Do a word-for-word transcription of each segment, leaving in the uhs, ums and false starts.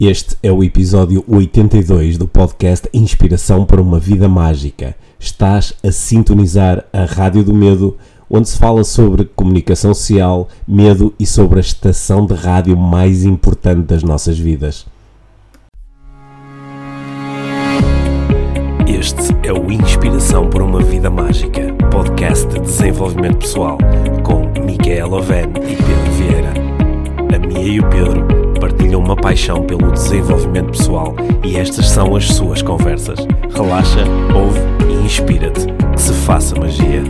Este é o episódio oitenta e dois do podcast Inspiração para uma Vida Mágica. Estás a sintonizar a Rádio do Medo, onde se fala sobre comunicação social, medo e sobre a estação de rádio mais importante das nossas vidas. Este é o Inspiração para uma Vida Mágica, podcast de desenvolvimento pessoal, com Micaela Oven e Pedro Vieira. A Mia e o Pedro partilham uma paixão pelo desenvolvimento pessoal e estas são as suas conversas. Relaxa, ouve e inspira-te. Que se faça magia.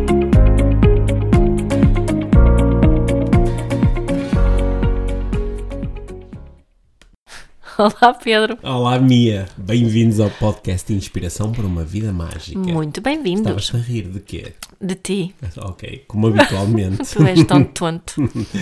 Olá, Pedro. Olá, Mia. Bem-vindos ao podcast Inspiração para uma Vida Mágica. Muito bem-vindos. Estavas a rir de quê? De ti. Ok, como habitualmente. Tu és tão tonto.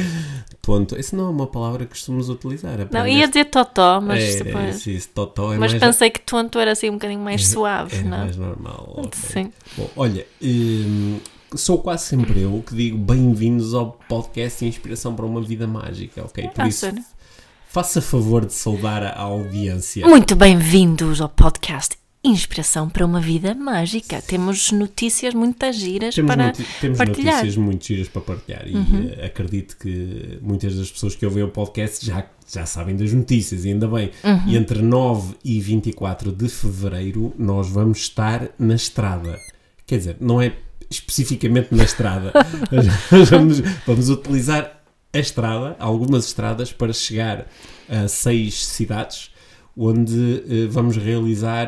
Tonto. Isso não é uma palavra que costumamos utilizar. Não, aprendeste... ia dizer totó, mas... É, depois... isso, isso, totó é mas mais... pensei que tonto era assim um bocadinho mais suave, é não? É mais normal. Okay. Sim. Bom, olha, hum, sou quase sempre eu que digo bem-vindos ao podcast Inspiração para uma Vida Mágica, ok? Por ah, isso... sério? Faça favor de saudar a audiência. Muito bem-vindos ao podcast Inspiração para uma Vida Mágica. Temos notícias muito giras temos para noti- temos partilhar. notícias muito giras para partilhar. E uhum. uh, acredito que muitas das pessoas que ouvem o podcast já, já sabem das notícias, e ainda bem. Uhum. E entre nove e vinte e quatro de fevereiro nós vamos estar na estrada. Quer dizer, não é especificamente na estrada. Nós vamos, vamos utilizar a estrada, algumas estradas, para chegar a seis cidades, onde uh, vamos realizar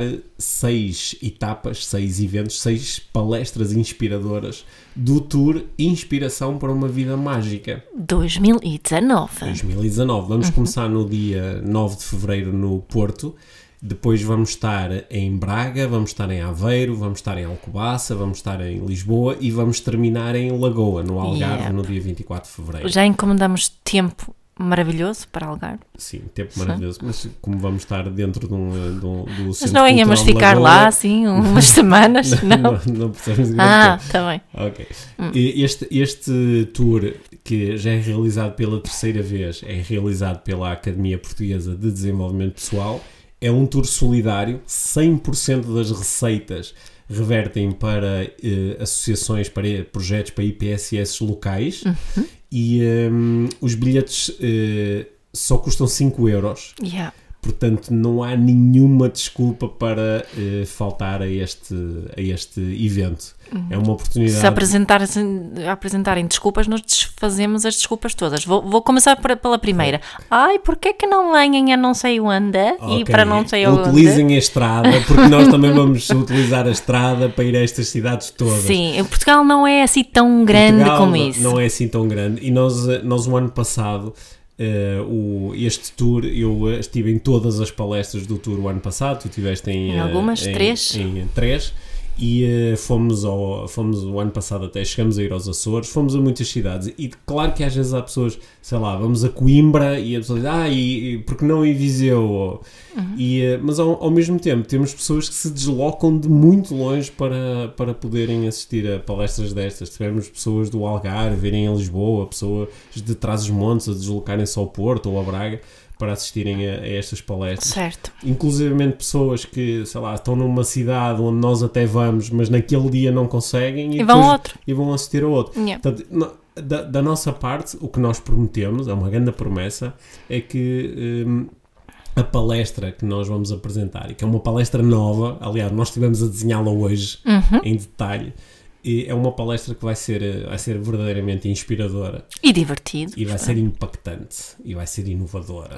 seis etapas, seis eventos, seis palestras inspiradoras do Tour Inspiração para uma Vida Mágica. dois mil e dezanove. dois mil e dezanove. Vamos uhum. começar no dia nove de fevereiro no Porto. Depois vamos estar em Braga, vamos estar em Aveiro, vamos estar em Alcobaça, vamos estar em Lisboa e vamos terminar em Lagoa, no Algarve, yep. no dia vinte e quatro de fevereiro. Já encomendamos tempo maravilhoso para Algarve. Sim, tempo maravilhoso, mas como vamos estar dentro de um, de um, do Mas não íamos ficar Lagoa, lá, assim, umas semanas, não? Não, não, não precisamos de Ah, está bem. Ok. Hum. Este, este tour, que já é realizado pela terceira vez, é realizado pela Academia Portuguesa de Desenvolvimento Pessoal. É um tour solidário, cem por cento das receitas revertem para uh, associações, para projetos, para I P S S locais, uhum. e um, os bilhetes uh, só custam cinco euros. Yeah. Portanto, não há nenhuma desculpa para uh, faltar a este, a este evento. Uhum. É uma oportunidade... Se apresentarem, apresentarem desculpas, nós desfazemos as desculpas todas. Vou, vou começar por, pela primeira. Ai, porquê que não vêm a não sei onde? Okay. E para não sei onde? Utilizem a estrada, porque nós também vamos utilizar a estrada para ir a estas cidades todas. Sim, Portugal não é assim tão grande Portugal como isso. Não é assim tão grande. E nós, nós o ano passado... Uh, o, este tour, eu estive em todas as palestras do tour o ano passado, tu estiveste em, em algumas, uh, em, três em, em três, e uh, fomos, ao, fomos o ano passado até, chegamos a ir aos Açores, fomos a muitas cidades, e claro que às vezes há pessoas, sei lá, vamos a Coimbra e a pessoa diz, ah, e, e porque não em Viseu? Uhum. E, uh, mas ao, ao mesmo tempo temos pessoas que se deslocam de muito longe para, para poderem assistir a palestras destas. Tivemos pessoas do Algarve virem a Lisboa, pessoas de Trás-os-Montes a deslocarem-se ao Porto ou a Braga para assistirem a, a estas palestras. Certo. Inclusivamente pessoas que, sei lá, estão numa cidade onde nós até vamos, mas naquele dia não conseguem. E, e vão a outro. E vão assistir a outro. Yeah. Portanto, no, da, da nossa parte, o que nós prometemos, é uma grande promessa, é que um, a palestra que nós vamos apresentar, e que é uma palestra nova, aliás, nós estivemos a desenhá-la hoje, uhum. em detalhe, e é uma palestra que vai ser, vai ser verdadeiramente inspiradora. E divertido. E vai ser impactante. E vai ser inovadora.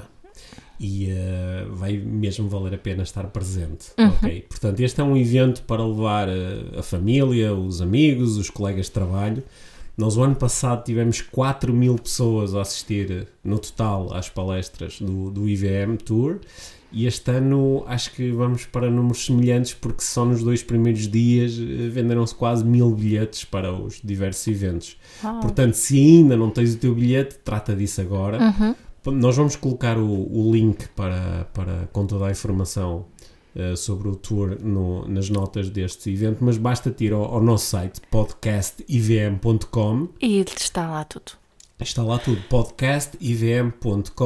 E uh, vai mesmo valer a pena estar presente. Uhum. Okay? Portanto, este é um evento para levar a, a família, os amigos, os colegas de trabalho. Nós, o ano passado, tivemos quatro mil pessoas a assistir no total às palestras do, do I V M Tour. E este ano acho que vamos para números semelhantes, porque só nos dois primeiros dias venderam-se quase mil bilhetes para os diversos eventos. Oh. Portanto, se ainda não tens o teu bilhete, trata disso agora. Uhum. Nós vamos colocar o, o link para, para, com toda a informação uh, sobre o tour no, nas notas deste evento, mas basta ir ao, ao nosso site podcast i v m ponto com e está lá tudo. Está lá tudo, podcast i v m ponto com.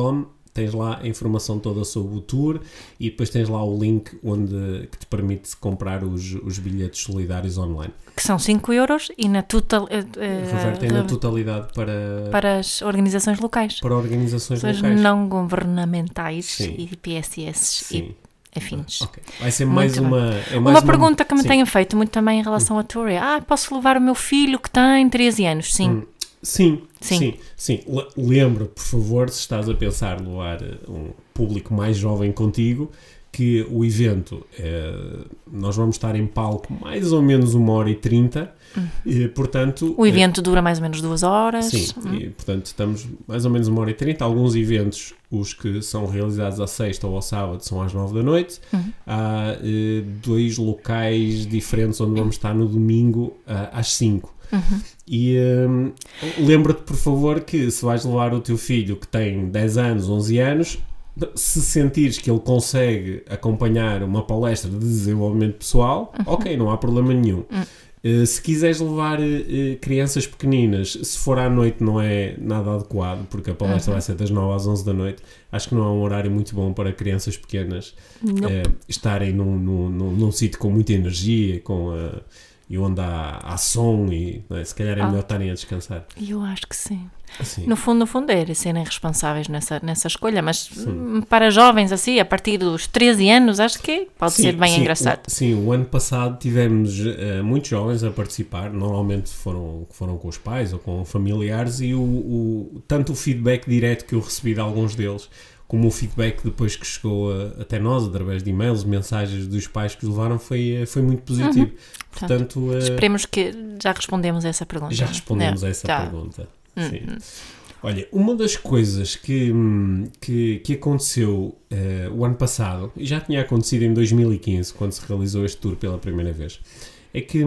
tens lá a informação toda sobre o tour e depois tens lá o link onde, que te permite comprar os, os bilhetes solidários online. Que são cinco euros e na total, uh, revertem uh, na totalidade para, para as organizações locais. Para organizações As locais. não governamentais. Sim. E P S S Sim. e afins. Okay. Vai ser mais muito uma... É mais uma, uma pergunta que me sim. tenho feito muito também em relação à tour é: ah, posso levar o meu filho que tem treze anos? Sim. Hum. Sim, sim, sim, sim. Lembra, por favor, se estás a pensar levar um público mais jovem contigo, que o evento, é, nós vamos estar em palco mais ou menos uma hora e trinta, hum. e, portanto... O evento é, dura mais ou menos duas horas. Sim, hum. e, portanto estamos mais ou menos uma hora e trinta. Alguns eventos, os que são realizados à sexta ou ao sábado, são às nove da noite. Uhum. Há eh, dois locais diferentes onde vamos estar no domingo uh, às cinco. Uhum. E um, lembra-te, por favor, que se vais levar o teu filho que tem dez anos, onze anos, se sentires que ele consegue acompanhar uma palestra de desenvolvimento pessoal, uhum. ok, não há problema nenhum. Uhum. Uh, se quiseres levar uh, crianças pequeninas, se for à noite não é nada adequado, porque a palestra uhum. vai ser das nove às onze da noite. Acho que não é um horário muito bom para crianças pequenas uh, estarem num, num, num, num sítio com muita energia, com a... Uh, e onde há, há som e é? Se calhar é melhor ah, estarem a descansar. Eu acho que sim. sim. No fundo, no fundo é serem responsáveis nessa, nessa escolha, mas sim. para jovens assim, a partir dos treze anos, acho que pode sim, ser bem sim, engraçado. O, sim, o ano passado tivemos uh, muitos jovens a participar, normalmente foram, foram com os pais ou com familiares, e o, o, tanto o feedback direto que eu recebi de alguns deles, como o feedback depois que chegou a, até nós, através de e-mails, mensagens dos pais que os levaram, foi, foi muito positivo. Uhum. Portanto, Portanto, uh, esperemos que já respondemos a essa pergunta. Já respondemos é, a essa já. pergunta. Uhum. Sim. Olha, uma das coisas que, que, que aconteceu uh, o ano passado, e já tinha acontecido em dois mil e quinze, quando se realizou este tour pela primeira vez, é que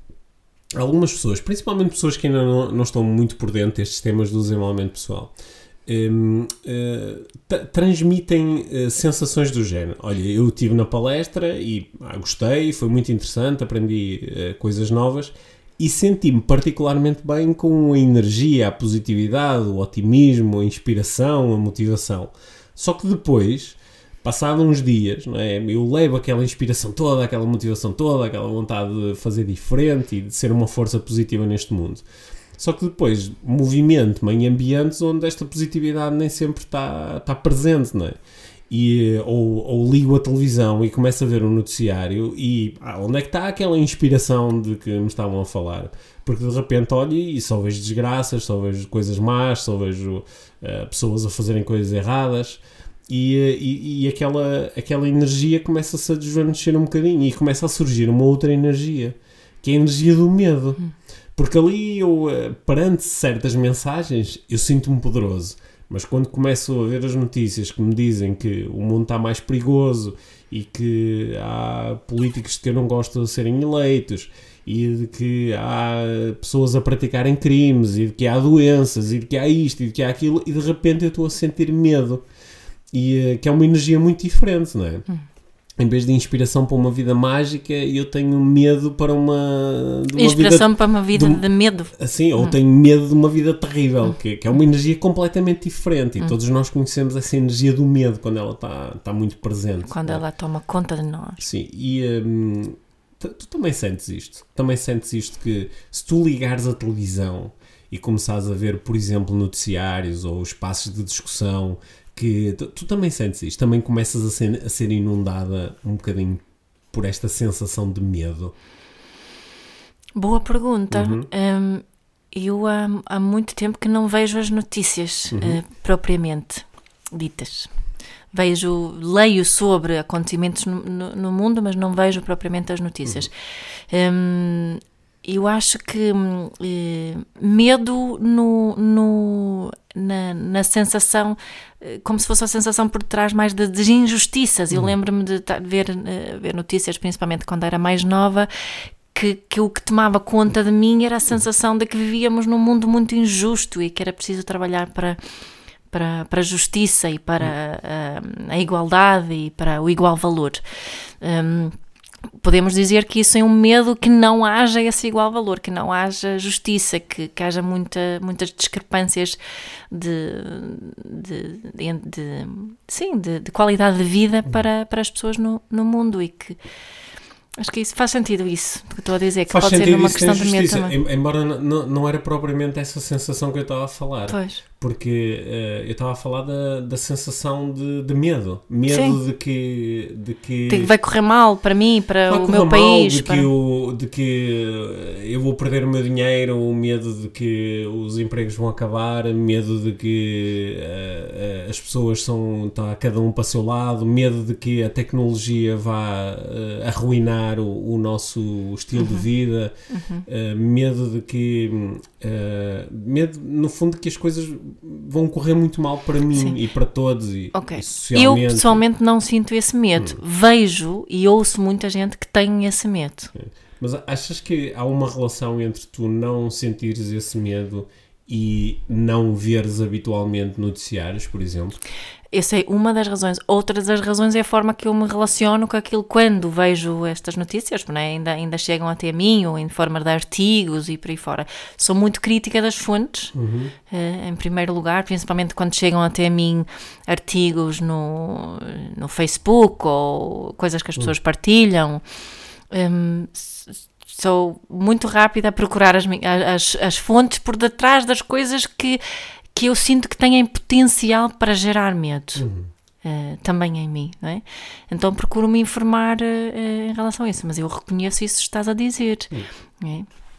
algumas pessoas, principalmente pessoas que ainda não, não estão muito por dentro destes temas do desenvolvimento pessoal, Um, uh, t- transmitem uh, sensações do género. Olha, eu estive na palestra e ah, gostei, foi muito interessante, aprendi uh, coisas novas e senti-me particularmente bem com a energia, a positividade, o otimismo, a inspiração, a motivação. Só que depois, passado uns dias, não é, eu levo aquela inspiração toda, aquela motivação toda, aquela vontade de fazer diferente e de ser uma força positiva neste mundo. Só que depois movimento-me em ambientes onde esta positividade nem sempre está, está presente, não é? E, ou, ou ligo a televisão e começo a ver um noticiário e ah, onde é que está aquela inspiração de que me estavam a falar? Porque de repente olho e só vejo desgraças, só vejo coisas más, só vejo uh, pessoas a fazerem coisas erradas e, e, e aquela, aquela energia começa-se a desvanecer um bocadinho e começa a surgir uma outra energia, que é a energia do medo. Hum. Porque ali, eu, perante certas mensagens, eu sinto-me poderoso. Mas quando começo a ver as notícias que me dizem que o mundo está mais perigoso e que há políticos de que eu não gosto de serem eleitos e de que há pessoas a praticarem crimes e de que há doenças e de que há isto e de que há aquilo, e de repente eu estou a sentir medo. E que é uma energia muito diferente, não é? Hum. Em vez de inspiração para uma vida mágica, eu tenho medo para uma... De uma inspiração vida, para uma vida de, de medo. Assim, ou hum. tenho medo de uma vida terrível, hum. que, que é uma energia completamente diferente. E hum. todos nós conhecemos essa energia do medo quando ela está, está muito presente. Quando é? ela toma conta de nós. Sim, e hum, tu, tu também sentes isto. Também sentes isto que se tu ligares a televisão e começares a ver, por exemplo, noticiários ou espaços de discussão... que tu, tu também sentes isto, também começas a ser, a ser inundada um bocadinho por esta sensação de medo? Boa pergunta. Uhum. Um, eu há, há muito tempo que não vejo as notícias uhum. uh, propriamente ditas. Vejo, leio sobre acontecimentos no, no, no mundo, mas não vejo propriamente as notícias. Uhum. Um, eu acho que uh, medo no... no Na, na sensação, como se fosse a sensação por trás mais de, de injustiças. Eu lembro-me de ver, ver notícias, principalmente quando era mais nova, que, que o que tomava conta de mim era a sensação de que vivíamos num mundo muito injusto e que era preciso trabalhar para, para, para a justiça e para a, a igualdade e para o igual valor. Um, podemos dizer que isso é um medo que não haja esse igual valor, que não haja justiça, que, que haja muita, muitas discrepâncias de, de, de, de, sim, de, de qualidade de vida para, para as pessoas no, no mundo, e que acho que isso faz sentido, isso que estou a dizer, que faz pode ser uma questão de medo justiça, também. Embora não, não era propriamente essa sensação que eu estava a falar. Pois. Porque uh, eu estava a falar da, da sensação de, de medo. Medo Sim. de que, de que... De que vai correr mal para mim, para vai o correr meu mal, país. De, para... que eu, de que eu vou perder o meu dinheiro, o medo de que os empregos vão acabar, medo de que uh, uh, as pessoas são, está cada um para o seu lado, medo de que a tecnologia vá uh, arruinar o, o nosso estilo uhum. de vida, uhum. uh, medo de que... Uh, medo, no fundo, que as coisas vão correr muito mal para mim. Sim. E para todos e, okay. e socialmente. Eu pessoalmente não sinto esse medo. Hum. Vejo e ouço muita gente que tem esse medo. É. Mas achas que há uma relação entre tu não sentires esse medo e não veres habitualmente noticiários, por exemplo? Essa é uma das razões. Outra das razões é a forma que eu me relaciono com aquilo quando vejo estas notícias, né? ainda, ainda chegam até a mim, ou em forma de artigos e por aí fora. Sou muito crítica das fontes, uhum. uh, em primeiro lugar, principalmente quando chegam até a mim artigos no, no Facebook ou coisas que as pessoas uhum. partilham. Um, sou muito rápida a procurar as, as, as fontes por detrás das coisas que que eu sinto que têm potencial para gerar medo, uhum. uh, também em mim, não é? Então procuro me informar uh, em relação a isso, mas eu reconheço isso que estás a dizer. Uhum.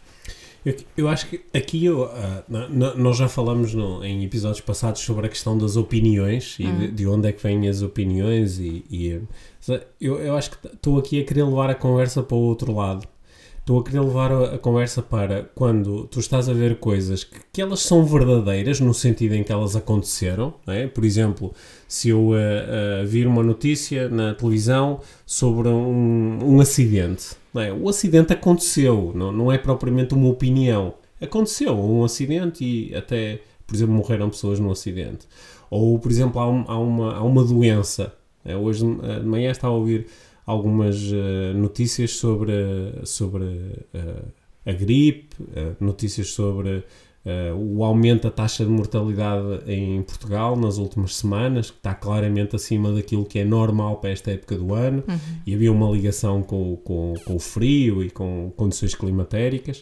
É? Eu, eu acho que aqui eu, uh, n- nós já falamos no, em episódios passados sobre a questão das opiniões e uhum. de, de onde é que vêm as opiniões e, e eu, eu acho que estou aqui a querer levar a conversa para o outro lado. Estou a querer levar a, a conversa para quando tu estás a ver coisas que, que elas são verdadeiras no sentido em que elas aconteceram, não é? Por exemplo, se eu uh, uh, vir uma notícia na televisão sobre um, um acidente, não é? O acidente aconteceu, não, não é propriamente uma opinião. Aconteceu um acidente e até, por exemplo, morreram pessoas no acidente. Ou, por exemplo, há, um, há, uma, há uma doença. É? Hoje de manhã estava a ouvir algumas uh, notícias sobre, sobre uh, a gripe, uh, notícias sobre uh, o aumento da taxa de mortalidade em Portugal nas últimas semanas, que está claramente acima daquilo que é normal para esta época do ano, uhum. e havia uma ligação com, com, com o frio e com condições climatéricas.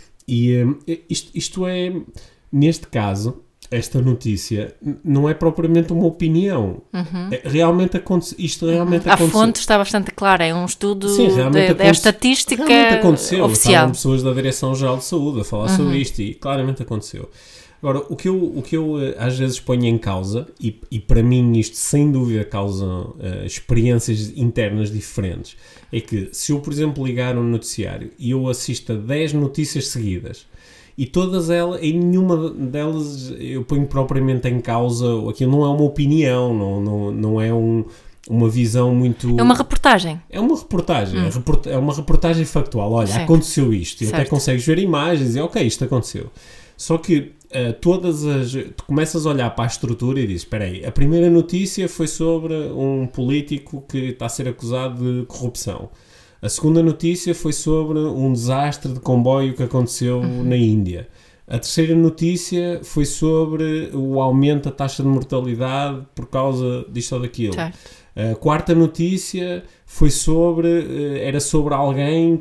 E um, isto, isto é, neste caso, esta notícia não é propriamente uma opinião. Uhum. É, realmente aconte- isto realmente uhum. aconteceu. A fonte está bastante clara, é um estudo Sim, de, de, de estatística realmente aconteceu. oficial. Estavam pessoas da Direção-Geral de Saúde a falar uhum. sobre isto e claramente aconteceu. Agora, o que eu, o que eu às vezes ponho em causa, e, e para mim isto sem dúvida causa uh, experiências internas diferentes, é que se eu, por exemplo, ligar um noticiário e eu assisto a dez notícias seguidas, e todas elas, em nenhuma delas eu ponho propriamente em causa, aquilo não é uma opinião, não, não, não é um, uma visão muito... É uma reportagem. É uma reportagem, hum. é, report... é uma reportagem factual, olha, certo. Aconteceu isto, e até consegues ver imagens e dizer, ok, isto aconteceu. Só que uh, todas as... tu começas a olhar para a estrutura e dizes, espera aí, a primeira notícia foi sobre um político que está a ser acusado de corrupção. A segunda notícia foi sobre um desastre de comboio que aconteceu uhum. na Índia. A terceira notícia foi sobre o aumento da taxa de mortalidade por causa disto ou daquilo. Certo. A quarta notícia foi sobre, era sobre alguém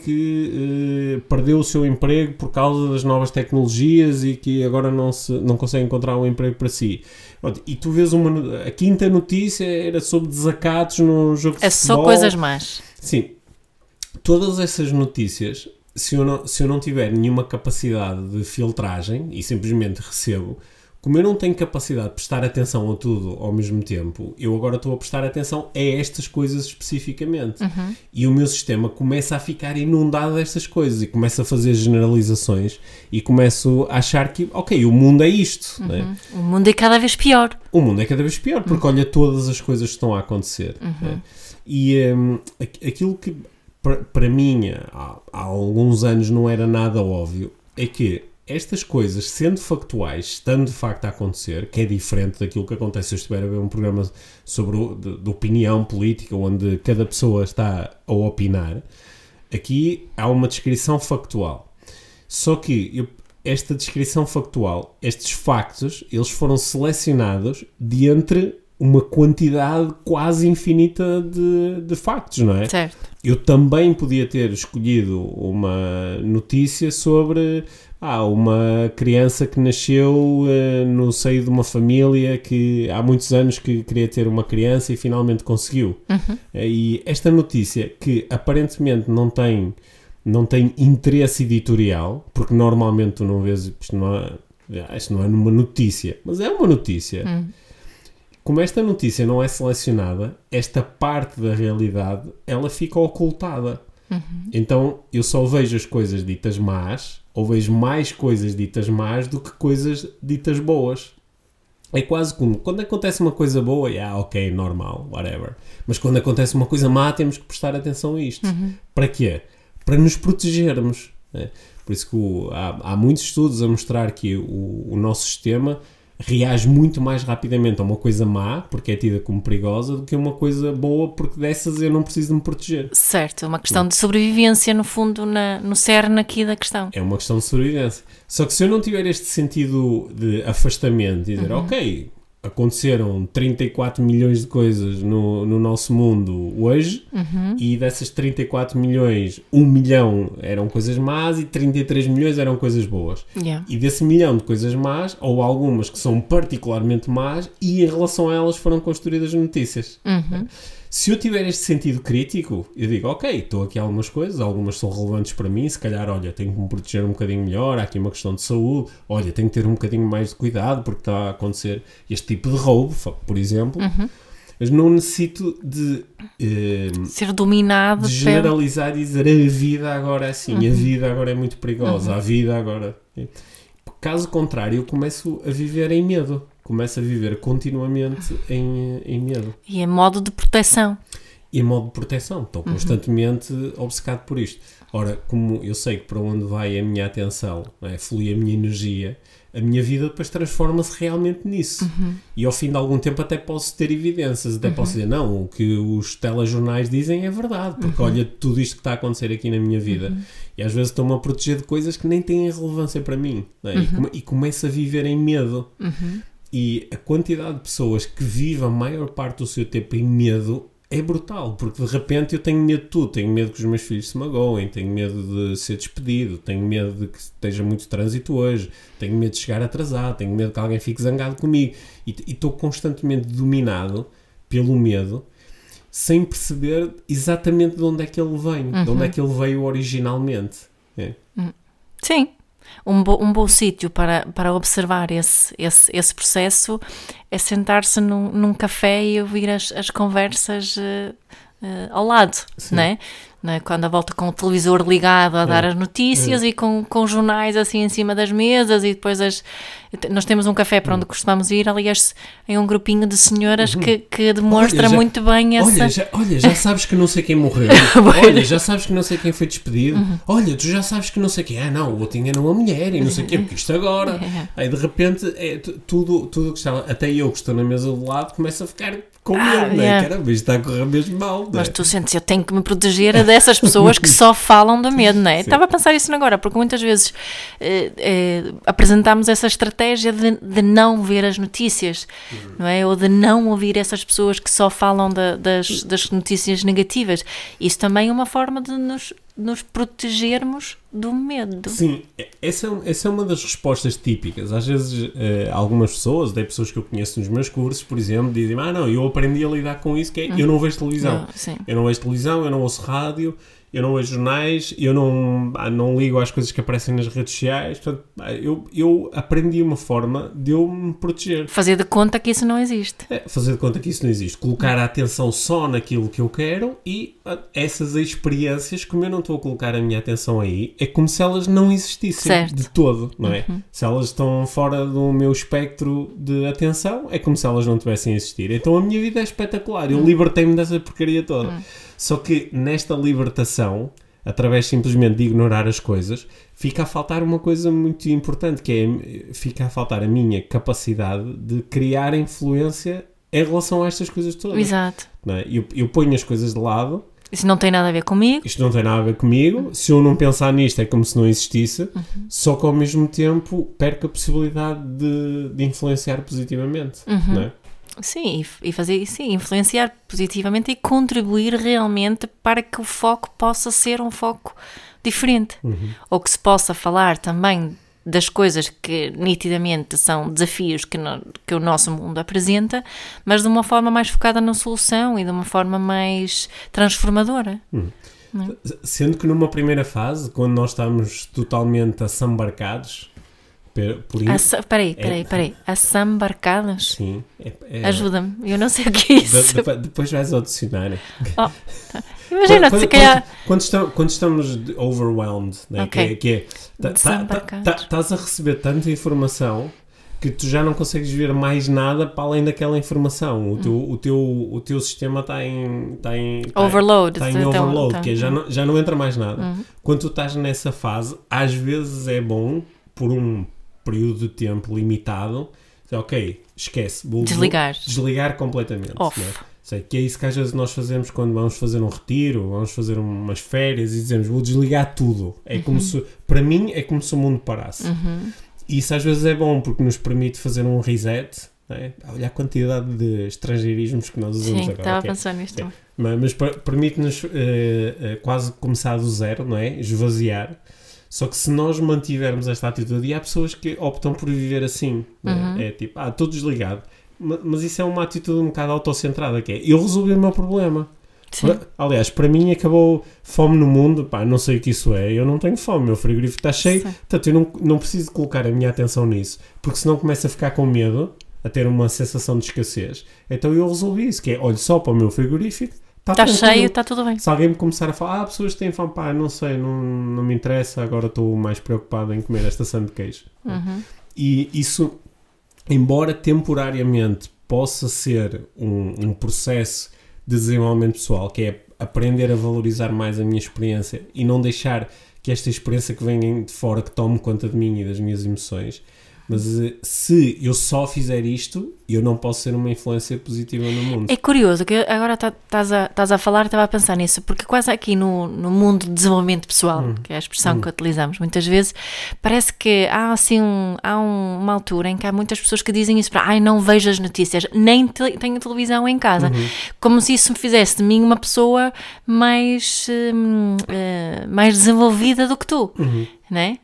que uh, perdeu o seu emprego por causa das novas tecnologias e que agora não, se, não consegue encontrar um emprego para si. E tu vês uma... A quinta notícia era sobre desacatos no jogo de é futebol. É só coisas más. Sim. Todas essas notícias, se eu, não, se eu não tiver nenhuma capacidade de filtragem e simplesmente recebo, como eu não tenho capacidade de prestar atenção a tudo ao mesmo tempo, eu agora estou a prestar atenção a estas coisas especificamente. Uhum. E o meu sistema começa a ficar inundado destas coisas e começa a fazer generalizações e começo a achar que, ok, o mundo é isto. Uhum. Né? O mundo é cada vez pior. O mundo é cada vez pior, porque uhum. olha todas as coisas que estão a acontecer. Uhum. Né? E um, aquilo que... Para, para mim, há, há alguns anos não era nada óbvio, é que estas coisas, sendo factuais, estando de facto a acontecer, que é diferente daquilo que acontece se eu estiver a ver um programa sobre o, de, de opinião política, onde cada pessoa está a opinar, aqui há uma descrição factual. Só que eu, esta descrição factual, estes factos, eles foram selecionados de entre uma quantidade quase infinita de, de factos, não é? Certo. Eu também podia ter escolhido uma notícia sobre ah, uma criança que nasceu uh, no seio de uma família que há muitos anos que queria ter uma criança e finalmente conseguiu. Uhum. E esta notícia, que aparentemente não tem, não tem interesse editorial, porque normalmente tu não vês, isto não é, isto não é numa notícia, mas é uma notícia. Uhum. Como esta notícia não é selecionada, esta parte da realidade, ela fica ocultada. Uhum. Então, eu só vejo as coisas ditas más, ou vejo mais coisas ditas más do que coisas ditas boas. É quase como, quando acontece uma coisa boa, ah, ok, normal, whatever. Mas quando acontece uma coisa má, temos que prestar atenção a isto. Uhum. Para quê? Para nos protegermos. Né? Por isso que o, há, há muitos estudos a mostrar que o, o nosso sistema reage muito mais rapidamente a uma coisa má, porque é tida como perigosa, do que a uma coisa boa, porque dessas eu não preciso de me proteger. Certo, uma questão de sobrevivência, no fundo, na, no cerne aqui da questão. É uma questão de sobrevivência. Só que se eu não tiver este sentido de afastamento e dizer, uhum. ok, aconteceram trinta e quatro milhões de coisas no, no nosso mundo hoje, uhum. e dessas trinta e quatro milhões, um milhão eram coisas más e trinta e três milhões eram coisas boas. Yeah. E desse milhão de coisas más, ou algumas que são particularmente más, e em relação a elas foram construídas notícias. Uhum. Se eu tiver este sentido crítico, eu digo, ok, estou aqui algumas coisas, algumas são relevantes para mim, se calhar, olha, tenho que me proteger um bocadinho melhor, há aqui uma questão de saúde, olha, tenho que ter um bocadinho mais de cuidado porque está a acontecer este tipo de roubo, por exemplo, uhum. mas não necessito de eh, ser dominado, de generalizar e dizer a vida agora é assim, uhum. a vida agora é muito perigosa, uhum. a vida agora... Caso contrário, eu começo a viver em medo. Começo a viver continuamente em, em medo. E em modo de proteção. E em modo de proteção. Estou constantemente uhum. obcecado por isto. Ora, como eu sei que para onde vai a minha atenção, não é? Flui a minha energia, a minha vida depois transforma-se realmente nisso. Uhum. E ao fim de algum tempo até posso ter evidências. Até uhum. posso dizer, não, o que os telejornais dizem é verdade. Porque uhum. olha tudo isto que está a acontecer aqui na minha vida. Uhum. E às vezes estou-me a proteger de coisas que nem têm relevância para mim. Não é? uhum. e, come, e começo a viver em medo. Uhum. E a quantidade de pessoas que vivem a maior parte do seu tempo em medo é brutal, porque de repente eu tenho medo de tudo. Tenho medo que os meus filhos se magoem, tenho medo de ser despedido, tenho medo de que esteja muito trânsito hoje, tenho medo de chegar atrasado, tenho medo que alguém fique zangado comigo. E estou constantemente dominado pelo medo, sem perceber exatamente de onde é que ele vem, uhum. de onde é que ele veio originalmente. É. Sim. Um, bo, um bom sítio para, para observar esse, esse, esse processo é sentar-se num, num café e ouvir as, as conversas uh, uh, ao lado, não é? Não é? Quando a volta com o televisor ligado a é. dar as notícias é. e com, com jornais assim em cima das mesas, e depois as... Nós temos um café para onde costumamos ir, aliás, em um grupinho de senhoras uhum. que, que demonstra olha, já, muito bem essa... Olha já, olha, já sabes que não sei quem morreu. Olha, já sabes que não sei quem foi despedido. Uhum. Olha, tu já sabes que não sei quem... Ah, não, o outro enganou a mulher e não sei o quê, porque isto agora... É. Aí, de repente, é, tudo, tudo que estava... Até eu que estou na mesa do lado começo a ficar com medo, ah, não é? Yeah. Caramba, isto está a correr mesmo mal, não é? Mas tu sentes, eu tenho que me proteger dessas pessoas que só falam do medo, não é? Sim. Estava a pensar isso agora, porque muitas vezes eh, eh, apresentamos essa estratégia de, de não ver as notícias, uhum. não é? Ou de não ouvir essas pessoas que só falam de, das, das notícias negativas. Isso também é uma forma de nos, nos protegermos do medo. Sim, essa é, essa é uma das respostas típicas. Às vezes, eh, algumas pessoas, até pessoas que eu conheço nos meus cursos, por exemplo, dizem, ah não, eu aprendi a lidar com isso, que é, uhum. eu não vejo televisão. Não, eu não vejo televisão, eu não ouço rádio, eu não vejo jornais, eu não, não ligo às coisas que aparecem nas redes sociais. Portanto, eu, eu aprendi uma forma de eu me proteger. Fazer de conta que isso não existe. É, fazer de conta que isso não existe. Colocar a atenção só naquilo que eu quero e essas experiências, como eu não estou a colocar a minha atenção aí, é como se elas não existissem certo. de todo, não é? Uhum. Se elas estão fora do meu espectro de atenção, é como se elas não tivessem a existir. Então a minha vida é espetacular. Eu uhum. libertei-me dessa porcaria toda. Uhum. Só que nesta libertação através simplesmente de ignorar as coisas, fica a faltar uma coisa muito importante, que é, fica a faltar a minha capacidade de criar influência em relação a estas coisas todas. Exato. Não é? eu, eu ponho as coisas de lado. Isso não tem nada a ver comigo. Isto não tem nada a ver comigo. Se eu não pensar nisto é como se não existisse, uhum. só que ao mesmo tempo perco a possibilidade de, de influenciar positivamente. Uhum. Não é? Sim, e fazer sim, influenciar positivamente e contribuir realmente para que o foco possa ser um foco diferente. Uhum. Ou que se possa falar também das coisas que nitidamente são desafios que, no, que o nosso mundo apresenta, mas de uma forma mais focada na solução e de uma forma mais transformadora. Uhum. É? Sendo que numa primeira fase, quando nós estamos totalmente assambarcados, por isso... Peraí, peraí, é... peraí. Assambarcados? Sim. É, é... Ajuda-me, eu não sei o que é isso. De, de, depois vais ao dicionário. Oh, tá. Imagina, quando, se calhar... Quando, quando, estamos, quando estamos overwhelmed, né? Okay. que é... Estás tá, tá, tá, tá, a receber tanta informação que tu já não consegues ver mais nada para além daquela informação. O teu, hum. o teu, o teu sistema está em... Tá em tá, overload. Está em overload, então, que é, já, não, já não entra mais nada. Hum. Quando tu estás nessa fase, às vezes é bom, por um período de tempo limitado, ok, esquece. Vou, desligar. Vou desligar completamente. Off. Né? Sei, que é isso que às vezes nós fazemos quando vamos fazer um retiro, vamos fazer umas férias e dizemos, vou desligar tudo. É uhum. como se, para mim, é como se o mundo parasse. Uhum. E isso às vezes é bom porque nos permite fazer um reset. Né? Olha a quantidade de estrangeirismos que nós usamos Sim, agora. estava okay. a pensar nisto. Okay. Mas, mas permite-nos uh, uh, quase começar do zero, não é? Esvaziar. Só que se nós mantivermos esta atitude, e há pessoas que optam por viver assim, uhum. né? É tipo, ah, estou desligado. Mas, mas isso é uma atitude um bocado autocentrada, que é, eu resolvi o meu problema. Sim. Aliás, para mim acabou fome no mundo, pá, não sei o que isso é, eu não tenho fome, o meu frigorífico está cheio, Sim. portanto eu não, não preciso colocar a minha atenção nisso, porque senão começo a ficar com medo, a ter uma sensação de escassez. Então eu resolvi isso, que é, olho só para o meu frigorífico, está tá cheio, está tudo bem. Se alguém me começar a falar, ah, pessoas que têm fome, pá, não sei, não, não me interessa, agora estou mais preocupado em comer esta sã de queijo. Uhum. E isso, embora temporariamente possa ser um, um processo de desenvolvimento pessoal, que é aprender a valorizar mais a minha experiência e não deixar que esta experiência que vem de fora que tome conta de mim e das minhas emoções. Mas se eu só fizer isto, eu não posso ser uma influência positiva no mundo. É curioso, que agora estás a, a falar, estava a pensar nisso, porque quase aqui no, no mundo de desenvolvimento pessoal, hum. que é a expressão hum. que utilizamos muitas vezes, parece que há assim um, há um, uma altura em que há muitas pessoas que dizem isso para, ai, não vejo as notícias, nem te, tenho televisão em casa, uhum. como se isso me fizesse de mim uma pessoa mais, hum, uh, mais desenvolvida do que tu, uhum. não é?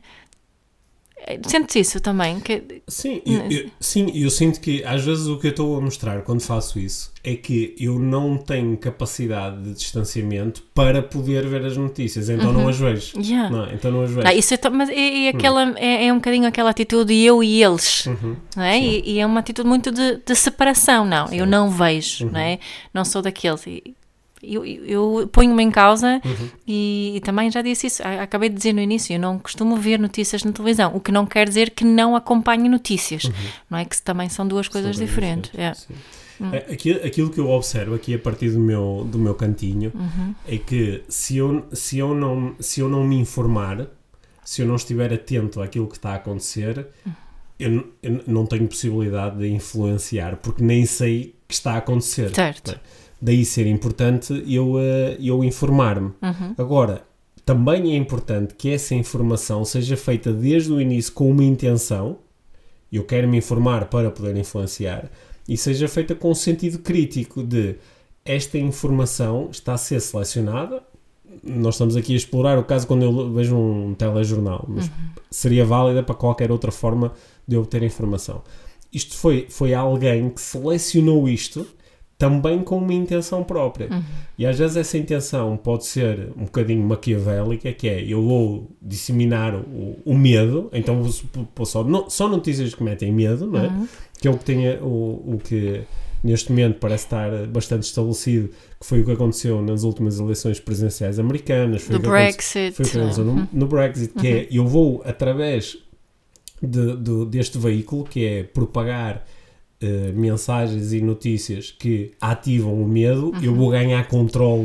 Sentes isso também? Que... Sim, eu, eu, sim, eu sinto que às vezes o que eu estou a mostrar quando faço isso é que eu não tenho capacidade de distanciamento para poder ver as notícias, então uhum. não as vejo. Yeah. Não, então não as vejo. Ah, isso é, mas é, é, aquela, hum. é, é um bocadinho aquela atitude de eu e eles, uhum. não é? E, e é uma atitude muito de, de separação, não, sim. eu não vejo, uhum. não é? Não sou daqueles... E, Eu, eu ponho-me em causa uhum. e, e também já disse isso, acabei de dizer no início, eu não costumo ver notícias na televisão, o que não quer dizer que não acompanhe notícias, uhum. não é? Que também são duas coisas são diferentes. diferentes. É. Hum. Aquilo, aquilo que eu observo aqui a partir do meu, do meu cantinho uhum. é que se eu, se, eu não, se eu não me informar, se eu não estiver atento àquilo que está a acontecer, uhum. eu, eu não tenho possibilidade de influenciar, porque nem sei que está a acontecer. Certo. Não é? Daí ser importante eu, uh, eu informar-me. Uhum. Agora, também é importante que essa informação seja feita desde o início com uma intenção, eu quero me informar para poder influenciar, e seja feita com um sentido crítico de esta informação está a ser selecionada, nós estamos aqui a explorar o caso quando eu vejo um telejornal, mas uhum. seria válida para qualquer outra forma de obter informação. Isto foi, foi alguém que selecionou isto também com uma intenção própria. Uhum. E às vezes essa intenção pode ser um bocadinho maquiavélica, que é, eu vou disseminar o, o medo, então vou pôr só, no, só notícias que metem medo, não é? Uhum. Que é o que, tem, o, o que neste momento parece estar bastante estabelecido, que foi o que aconteceu nas últimas eleições presidenciais americanas, foi do o que Brexit, foi o que aconteceu uhum. no, no Brexit, que uhum. é, eu vou através de, de, deste veículo, que é propagar Uh, mensagens e notícias que ativam o medo, uhum. eu vou ganhar controle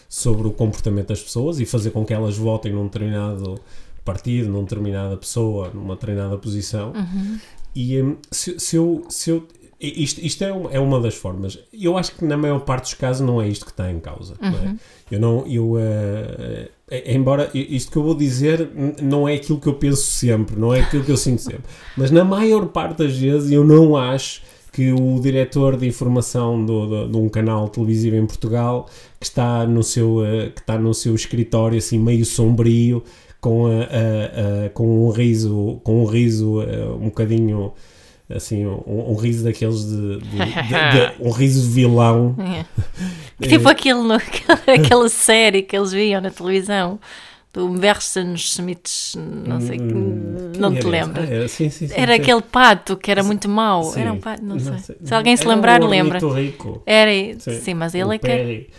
sobre o comportamento das pessoas e fazer com que elas votem num determinado partido, numa determinada pessoa, numa determinada posição. Uhum. E um, se, se eu... Se eu Isto, isto é, uma, é uma das formas. Eu acho que na maior parte dos casos não é isto que está em causa. Uhum. Não é? Eu não, eu, uh, embora isto que eu vou dizer não é aquilo que eu penso sempre, não é aquilo que eu sinto sempre, mas na maior parte das vezes eu não acho que o diretor de informação do, do, de um canal televisivo em Portugal que está no seu, uh, que está no seu escritório assim meio sombrio com, a, a, a, com um riso, com um riso uh, um bocadinho assim, um, um riso daqueles de, de, de, de um riso de vilão. É. Tipo aquele, no, aquela série que eles viam na televisão do Versus Smiths, não sei, hum, não te lembras? Ah, era, sim, sim, sim, era sim. aquele pato que era muito mau. Sim. Era um pato, não, não sei. sei. Se alguém se era lembrar, um lembra. Rico. Era, sim. sim, mas ele o é que Perry.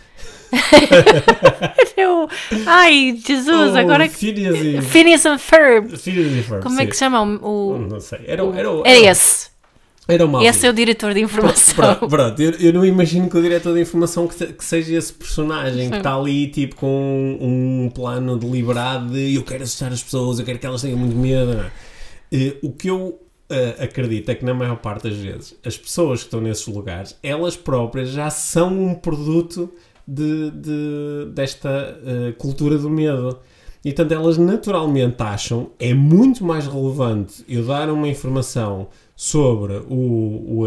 Eu, ai, Jesus, oh, agora que. Phineas e... Phineas and Ferb. Phineas e Ferb. Como sim. é que se chama o. Não sei. Era, o, era, era, era esse. Era o Esse é o diretor de informação. Pronto, pronto. Eu, eu não imagino que o diretor de informação que, que seja esse personagem Sim. que está ali tipo com um, um plano deliberado de eu quero assustar as pessoas, eu quero que elas tenham muito medo. Não é? Uh, o que eu uh, acredito é que na maior parte das vezes as pessoas que estão nesses lugares, elas próprias já são um produto de, de, desta uh, cultura do medo. E portanto elas naturalmente acham é muito mais relevante eu dar uma informação sobre o, o,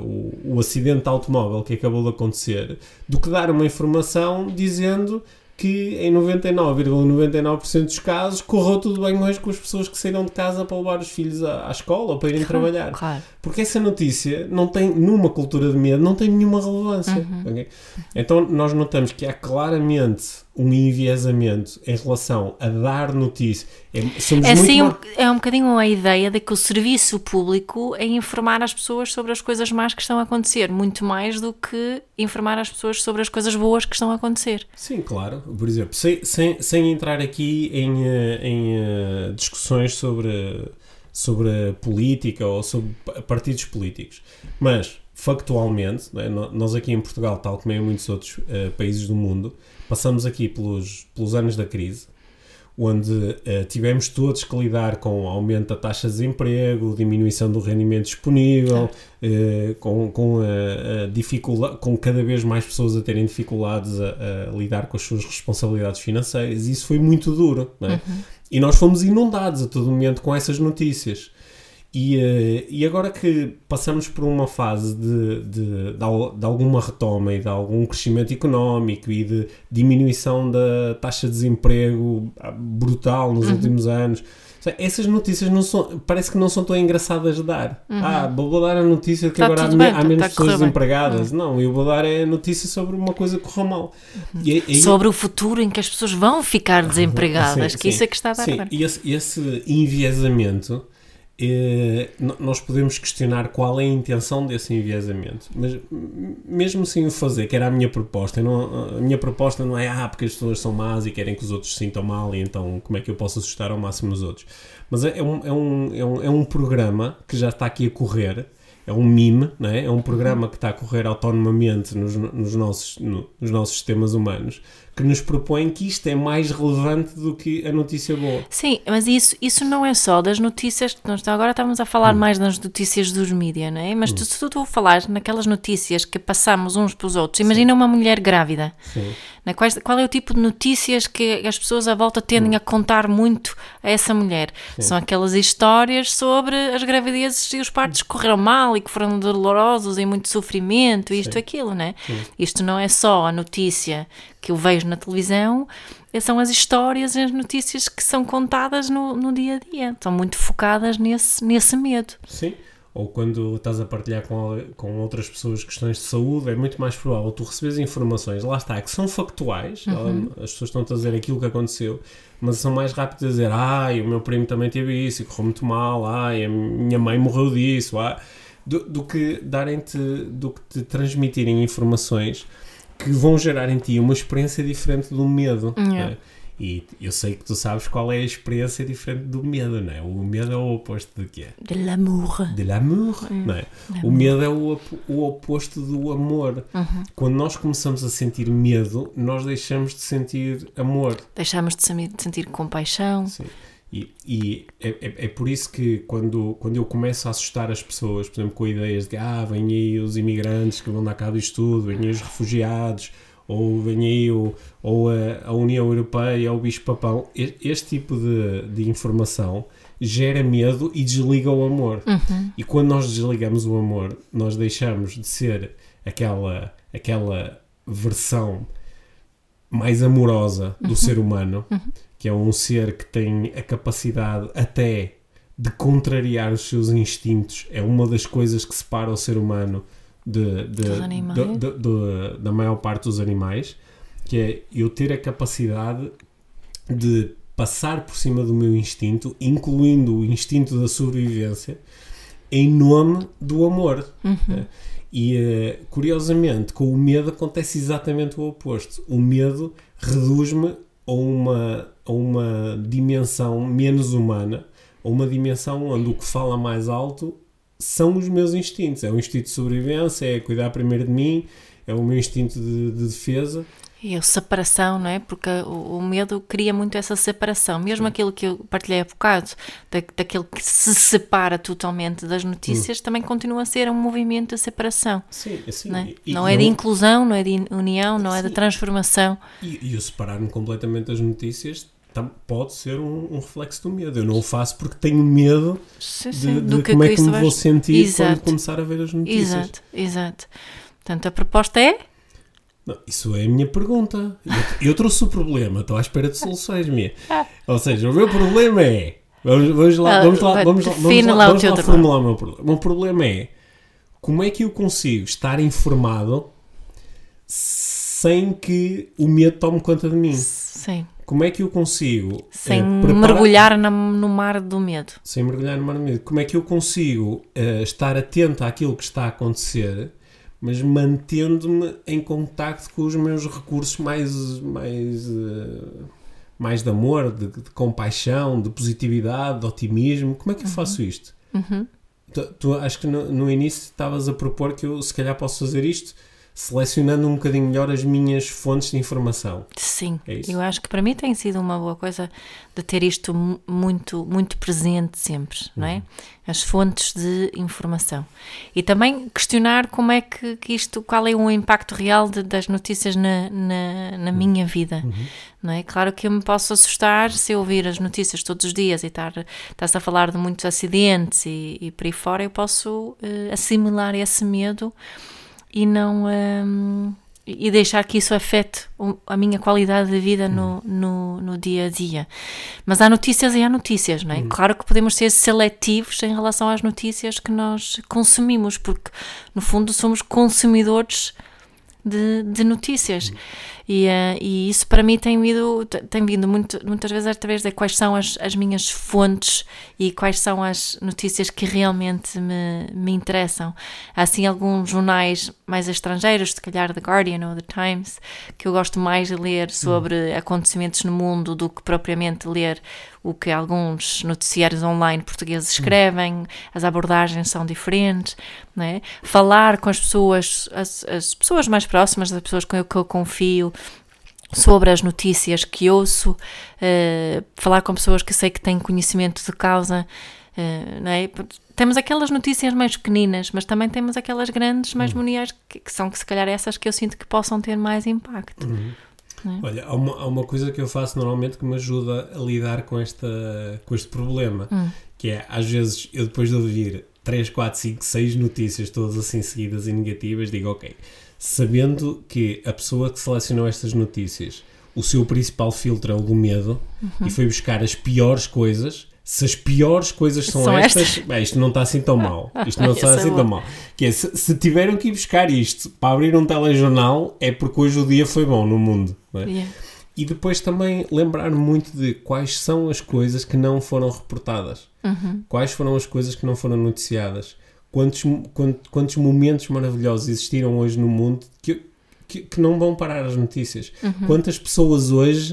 o, o acidente de automóvel que acabou de acontecer do que dar uma informação dizendo que em noventa e nove vírgula noventa e nove por cento dos casos correu tudo bem hoje com as pessoas que saíram de casa para levar os filhos à, à escola ou para irem claro, trabalhar. Claro. Porque essa notícia não tem, numa cultura de medo, não tem nenhuma relevância. Uhum. Okay? Então nós notamos que há claramente um enviesamento em relação a dar notícia. É, somos é, muito sim, mais... um, é um bocadinho a ideia de que o serviço público é informar as pessoas sobre as coisas más que estão a acontecer, muito mais do que informar as pessoas sobre as coisas boas que estão a acontecer. Sim, claro. Por exemplo, sem, sem, sem entrar aqui em, em uh, discussões sobre, sobre política ou sobre partidos políticos, mas factualmente, né, nós aqui em Portugal, tal como em muitos outros uh, países do mundo, passamos aqui pelos, pelos anos da crise, onde uh, tivemos todos que lidar com o aumento da taxa de desemprego, diminuição do rendimento disponível, uh, com, com, a, a dificuldade, com cada vez mais pessoas a terem dificuldades a, a lidar com as suas responsabilidades financeiras. Isso foi muito duro, não é? Uhum. E nós fomos inundados a todo momento com essas notícias. E, uh, e agora que passamos por uma fase de, de, de, de alguma retoma e de algum crescimento económico e de diminuição da taxa de desemprego brutal nos uhum. últimos anos, essas notícias não são, parece que não são tão engraçadas de dar. Uhum. Ah, vou dar a notícia de que tá agora há, bem, há menos tá pessoas desempregadas. Uhum. Não, eu vou dar a notícia sobre uma coisa que correu mal. Uhum. E, e, sobre o futuro em que as pessoas vão ficar desempregadas, sim, que sim. isso é que está a dar. Sim, e esse, esse enviesamento... É, nós podemos questionar qual é a intenção desse enviesamento, mas mesmo sem o fazer, que era a minha proposta, não, a minha proposta não é ah, porque as pessoas são más e querem que os outros se sintam mal e então como é que eu posso assustar ao máximo os outros, mas é um, é um, é um, é um programa que já está aqui a correr, é um mime, não é? É um programa que está a correr autonomamente nos, nos, nossos, no, nos nossos sistemas humanos, que nos propõe que isto é mais relevante do que a notícia boa. Sim, mas isso, isso não é só das notícias, agora estamos a falar hum. mais das notícias dos mídias, não é? Mas hum. tu, se tu, tu falares naquelas notícias que passamos uns para os outros, imagina Sim. uma mulher grávida. Sim. Qual, qual é o tipo de notícias que as pessoas à volta tendem hum. a contar muito a essa mulher? Sim. São aquelas histórias sobre as gravidezes e os partos que correram mal e que foram dolorosos e muito sofrimento, isto e aquilo, não é? Sim. Isto não é só a notícia que eu vejo na televisão, são as histórias e as notícias que são contadas no, no dia a dia. Estão muito focadas nesse, nesse medo. Sim. Ou quando estás a partilhar com, com outras pessoas questões de saúde, é muito mais provável tu receberes informações, lá está, que são factuais, uhum. as pessoas estão a dizer aquilo que aconteceu, mas são mais rápidas a dizer, ai, o meu primo também teve isso e correu muito mal, ai, a minha mãe morreu disso, ai, do, do que darem-te, do que te transmitirem informações que vão gerar em ti uma experiência diferente do medo. Uhum. Não é? E eu sei que tu sabes qual é a experiência diferente do medo, não é? O medo é o oposto de quê? De l'amour. De l'amour, não é? O medo é o, op- o oposto do amor. Uhum. Quando nós começamos a sentir medo, nós deixamos de sentir amor. Deixamos de, se- de sentir compaixão. Sim. E, e é, é, é por isso que quando, quando eu começo a assustar as pessoas, por exemplo, com ideias de que ah, vêm aí os imigrantes que vão dar cabo disto tudo, vêm aí os refugiados, ou vem aí o, ou a, a União Europeia, ou o bicho-papão, este tipo de, de informação gera medo e desliga o amor. Uhum. E quando nós desligamos o amor, nós deixamos de ser aquela, aquela versão mais amorosa do uhum. ser humano, uhum. que é um ser que tem a capacidade até de contrariar os seus instintos. É uma das coisas que separa o ser humano De, de, de, de, de, da maior parte dos animais, que é eu ter a capacidade de passar por cima do meu instinto, incluindo o instinto da sobrevivência, em nome do amor. Uhum. E, curiosamente, com o medo acontece exatamente o oposto. O medo reduz-me a uma, a uma dimensão menos humana, a uma dimensão onde o que fala mais alto são os meus instintos. É o instinto de sobrevivência, é cuidar primeiro de mim, é o meu instinto de, de defesa. E a separação, não é? Porque o, o medo cria muito essa separação. Mesmo Sim. aquilo que eu partilhei há bocado, da, daquele que se separa totalmente das notícias, hum. também continua a ser um movimento de separação. Sim, assim, não é, e, não e é de eu... inclusão, não é de união, não Sim. é de transformação. E, e eu separar-me completamente das notícias pode ser um, um reflexo do medo. Eu não o faço porque tenho medo sim, de, sim. de Do que como que é que me vais... vou sentir exato. Quando começar a ver as notícias. Exato, exato. Portanto, a proposta é... Não, isso é a minha pergunta. Eu, eu trouxe o problema, estou à espera de soluções minhas. Ou seja, o meu problema é... Vamos, vamos lá, vamos lá, vamos lá, vamos lá, vamos lá formular o meu problema. O meu problema é como é que eu consigo estar informado sem que o medo tome conta de mim? Sim. Como é que eu consigo... Sem uh, preparar... mergulhar na, no mar do medo. Sem mergulhar no mar do medo. Como é que eu consigo uh, estar atento àquilo que está a acontecer, mas mantendo-me em contacto com os meus recursos mais, mais, uh, mais de amor, de, de compaixão, de positividade, de otimismo? Como é que eu faço isto? Uhum. Tu, tu acho que no, no início estavas a propor que eu se calhar posso fazer isto selecionando um bocadinho melhor as minhas fontes de informação. Sim, é eu acho que para mim tem sido uma boa coisa de ter isto muito, muito presente sempre, não é? Uhum. As fontes de informação. E também questionar como é que, que isto, qual é o impacto real de, das notícias na, na, na minha vida, uhum. não é? Claro que eu me posso assustar se eu ouvir as notícias todos os dias e estar, estar-se a falar de muitos acidentes e, e por aí fora, eu posso uh, assimilar esse medo e não um, e deixar que isso afete a minha qualidade de vida no, no, no dia a dia. Mas há notícias e há notícias, não é? Hum. Claro que podemos ser seletivos em relação às notícias que nós consumimos, porque no fundo somos consumidores de, de notícias. Hum. E, uh, e isso para mim tem vindo, tem vindo muito, muitas vezes através de quais são as, as minhas fontes e quais são as notícias que realmente me, me interessam. Há assim alguns jornais mais estrangeiros, se calhar The Guardian ou The Times, que eu gosto mais de ler sobre acontecimentos no mundo do que propriamente ler o que alguns noticiários online portugueses escrevem. As abordagens são diferentes, não é? Falar com as pessoas, as, as pessoas mais próximas, as pessoas com que eu confio, sobre as notícias que ouço, uh, falar com pessoas que sei que têm conhecimento de causa, uh, não é? Temos aquelas notícias mais pequeninas, mas também temos aquelas grandes, mais uhum. mundiais, que, que são que se calhar essas que eu sinto que possam ter mais impacto. Uhum. É? Olha, há uma, há uma coisa que eu faço normalmente que me ajuda a lidar com, esta, com este problema, uhum. que é, às vezes, eu depois de ouvir três, quatro, cinco, seis notícias todas assim seguidas e negativas, digo, ok, sabendo que a pessoa que selecionou estas notícias, o seu principal filtro é o do medo, uhum. e foi buscar as piores coisas. Se as piores coisas são, são estas, estas? Bem, isto não está assim tão mal. Isto não está assim é tão mal. Que é, se, se tiveram que ir buscar isto para abrir um telejornal, é porque hoje o dia foi bom no mundo. Não é? Yeah. E depois também lembrar muito de quais são as coisas que não foram reportadas. Uhum. Quais foram as coisas que não foram noticiadas. Quantos, quantos, quantos momentos maravilhosos existiram hoje no mundo que, que, que não vão parar as notícias. Uhum. Quantas pessoas hoje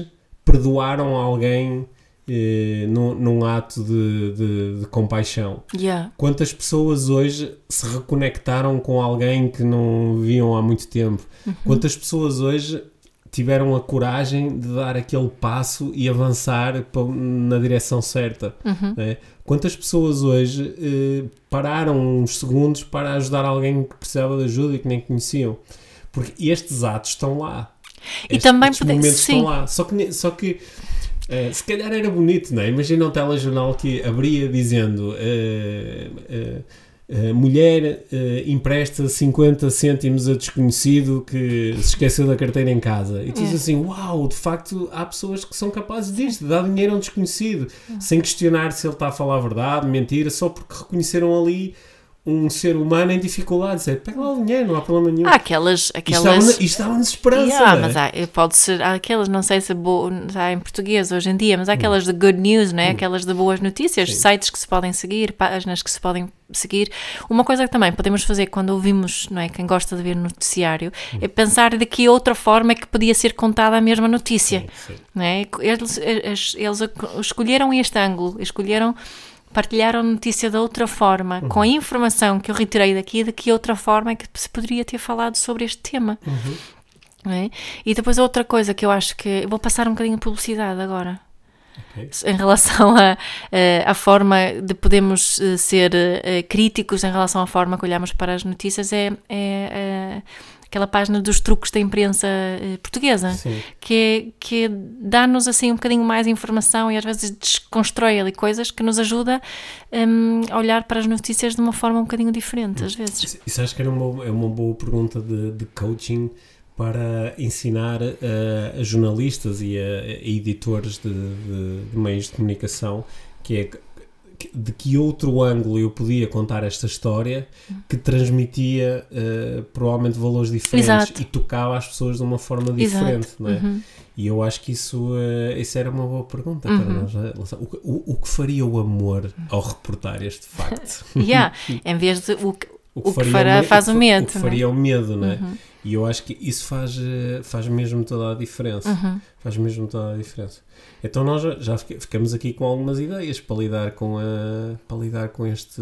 perdoaram alguém eh, num, num ato de, de, de compaixão. Yeah. Quantas pessoas hoje se reconectaram com alguém que não viam há muito tempo? Uhum. Quantas pessoas hoje tiveram a coragem de dar aquele passo e avançar na direção certa? Uhum. Né? Quantas pessoas hoje eh, pararam uns segundos para ajudar alguém que precisava de ajuda e que nem conheciam? Porque estes atos estão lá. E estes, também estes pode... momentos Sim. estão lá. Só que, só que uh, se calhar era bonito, não é? Imagina um telejornal que abria dizendo... Uh, uh, Uh, mulher uh, empresta cinquenta cêntimos a desconhecido que se esqueceu da carteira em casa. E tu dizes assim, uau, de facto há pessoas que são capazes disto, de dar dinheiro a um desconhecido, sem questionar se ele está a falar a verdade, mentira, só porque reconheceram ali um ser humano em dificuldades. É, pega lá o dinheiro, não há problema nenhum. Há aquelas... aquelas... Isto dava-nos esperança. Yeah, é? mas há, pode ser, há aquelas, não sei se bo, há em português hoje em dia, mas há aquelas de good news, não é? Hum. Aquelas de boas notícias, Sim. sites que se podem seguir, páginas que se podem seguir. Uma coisa que também podemos fazer quando ouvimos, não é? Quem gosta de ver noticiário, hum. é pensar de que outra forma é que podia ser contada a mesma notícia. Sim, sim. Não é? Eles, eles, eles escolheram este ângulo, escolheram partilharam a notícia de outra forma, uhum. com a informação que eu retirei daqui, de que outra forma é que se poderia ter falado sobre este tema. Uhum. É? E depois outra coisa que eu acho que... Eu vou passar um bocadinho de publicidade agora. Okay. Em relação a, a, a forma de podermos ser uh, críticos em relação à forma que olhamos para as notícias, é... é, é aquela página dos truques da imprensa uh, portuguesa, que, é, que é, dá-nos assim um bocadinho mais informação e às vezes desconstrói ali coisas que nos ajuda um, a olhar para as notícias de uma forma um bocadinho diferente, às vezes. Isso, isso acho que era uma, é uma boa pergunta de, de coaching para ensinar a, a jornalistas e a, a editores de, de, de meios de comunicação, que é de que outro ângulo eu podia contar esta história que transmitia uh, provavelmente valores diferentes. Exato. E tocava as pessoas de uma forma diferente, não é? Uhum. E eu acho que isso, uh, isso era uma boa pergunta uhum. para nós. O, o, o que faria o amor ao reportar este facto? Yeah. Em vez de o que, o que, o que fará, faz o medo. O que faria o medo, não é? Uhum. E eu acho que isso faz, faz mesmo toda a diferença. Uhum. Faz mesmo toda a diferença. Então nós já, já ficamos aqui com algumas ideias para lidar com, a, para lidar com este,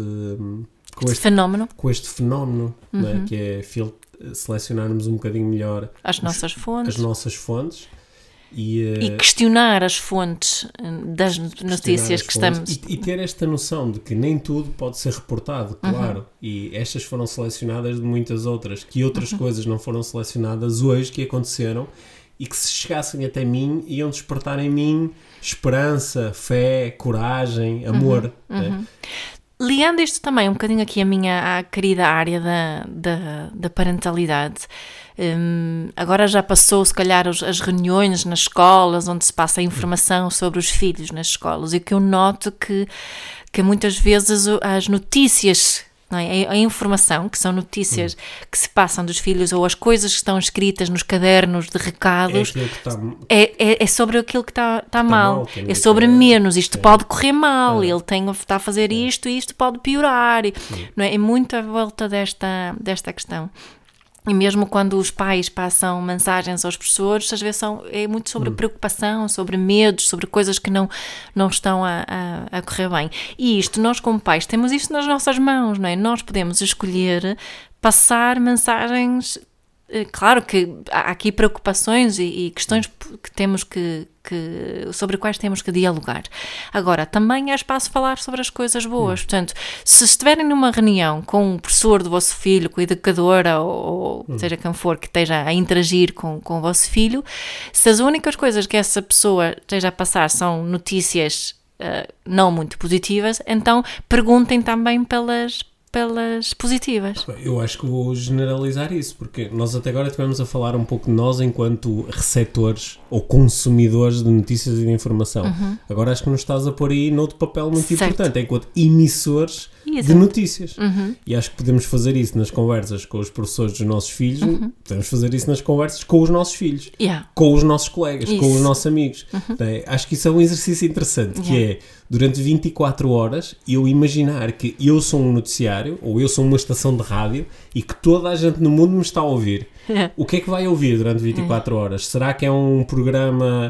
com este fenómeno, com este fenómeno uhum. não é? Que é fil- selecionarmos um bocadinho melhor as, os, nossas, fontes. as nossas fontes e, e questionar as fontes das notícias que fontes, estamos... E, e ter esta noção de que nem tudo pode ser reportado, claro, uhum. e estas foram selecionadas de muitas outras, que outras uhum. coisas não foram selecionadas hoje, que aconteceram, e que se chegassem até mim, iam despertar em mim esperança, fé, coragem, amor. Uhum. Uhum. Né? Ligando isto também um bocadinho aqui a minha à querida área da, da, da parentalidade, um, agora já passou se calhar os, as reuniões nas escolas onde se passa a informação sobre os filhos nas escolas, e o que eu noto que, que muitas vezes as notícias... Não é? A informação, que são notícias hum. que se passam dos filhos, ou as coisas que estão escritas nos cadernos de recados, é, que tá, é, é, é sobre aquilo que está tá mal, mal é sobre menos, isto é. Pode correr mal, é. Ele tem, está a fazer é. isto e isto pode piorar, e, não é? É muito à volta desta, desta questão. E mesmo quando os pais passam mensagens aos professores, às vezes são, é muito sobre hum. preocupação, sobre medos, sobre coisas que não, não estão a, a, a correr bem. E isto, nós como pais, temos isto nas nossas mãos, não é? Nós podemos escolher passar mensagens... Claro que há aqui preocupações e, e questões que temos que, que, sobre quais temos que dialogar. Agora, também é espaço falar sobre as coisas boas. Hum. Portanto, se estiverem numa reunião com o professor do vosso filho, com a educadora ou hum. seja quem for que esteja a interagir com, com o vosso filho, se as únicas coisas que essa pessoa esteja a passar são notícias uh, não muito positivas, então perguntem também pelas pelas positivas. Eu acho que vou generalizar isso, porque nós até agora estivemos a falar um pouco de nós enquanto receptores ou consumidores de notícias e de informação. Uhum. Agora acho que nos estás a pôr aí noutro papel muito certo. Importante, enquanto emissores Exato. De notícias. Uhum. E acho que podemos fazer isso nas conversas com os professores dos nossos filhos, uhum. podemos fazer isso nas conversas com os nossos filhos, yeah. com os nossos colegas, isso. Com os nossos amigos. Uhum. Então, acho que isso é um exercício interessante, yeah. que é, durante vinte e quatro horas, eu imaginar que eu sou um noticiário, ou eu sou uma estação de rádio, e que toda a gente no mundo me está a ouvir. O que é que vai ouvir durante vinte e quatro horas? Será que é um programa